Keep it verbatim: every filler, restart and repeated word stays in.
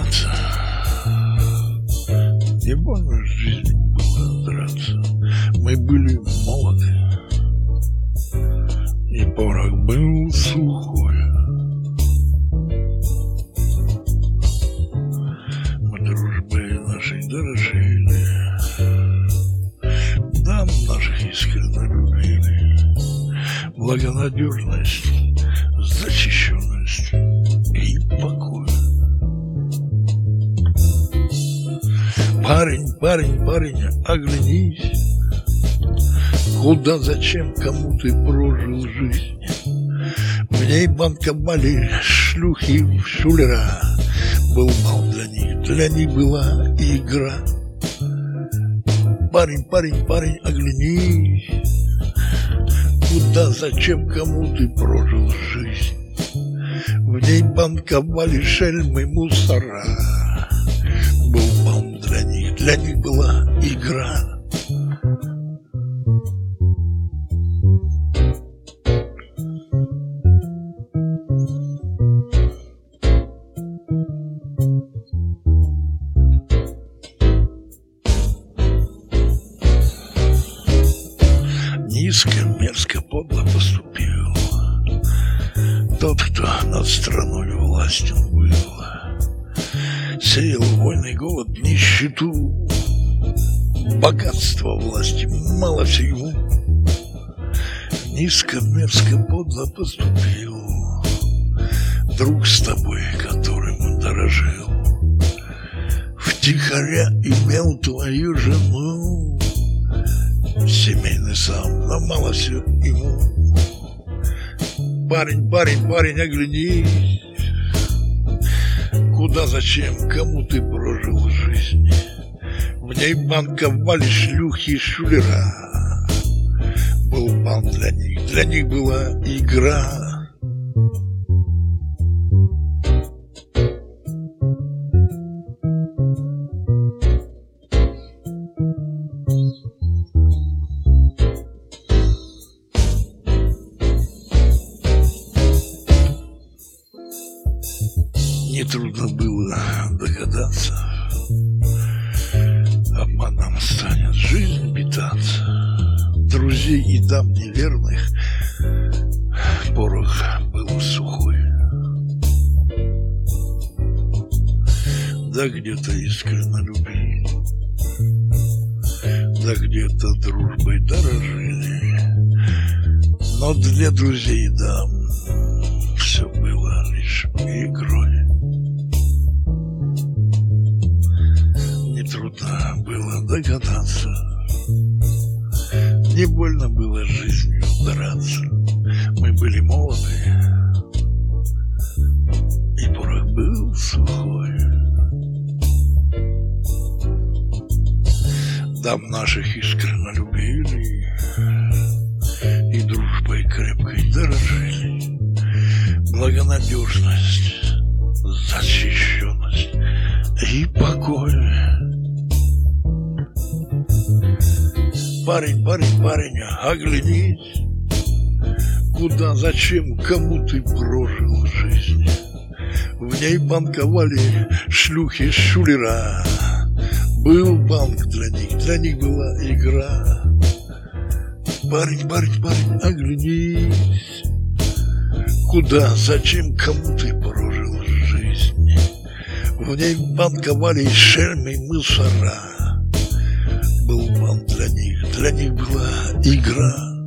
признаться, не больно с жизнью было драться. Мы были молоды, и порох был сухой. Мы дружбой нашей дорожили, дам наших искренне любили. Благонадежность, защищенность и покой. Парень, парень, парень, оглянись, куда, зачем, кому ты прожил жизнь. В ней банковали шлюхи, шулера. Был бал для них, для них была игра. Парень, парень, парень, оглянись, куда, зачем, кому ты прожил жизнь. В ней банковали шельмы, мусора. Был бал для них, для них была игра. Низко, мерзко, подло поступил тот, кто над страной властен был. Сеял войны, голод, нищету, богатство власти, мало всего. Низко, мерзко, подло поступил друг с тобой, которым дорожил. Втихаря имел твою жену, семейный сам, но мало все ему. Парень, парень, парень, оглянись, куда, зачем, кому ты прожил жизнь. В ней банковали шлюхи, шулера. Был бал для них, для них была игра. Нетрудно было догадаться, обманом станет жизнь питаться. Друзей и дам неверных порох был сухой. Да где-то искренне любили, да где-то дружбой дорожили. Но для друзей и дам все было лишь игрой. Трудно было догадаться, не больно было жизнью драться. Мы были молоды, и порох был сухой. Дам наших искренне любили, и дружбой крепкой дорожили. Благонадежность, защищенность и покой. Парень, парень, парень, оглянись, куда, зачем, кому ты прожил жизнь. В ней банковали шлюхи, шулера. Был банк для них, для них была игра. Парень, парень, парень, оглянись, куда, зачем, кому ты прожил жизнь. В ней банковали шельмы, мусора. Был бал для них, для них была игра.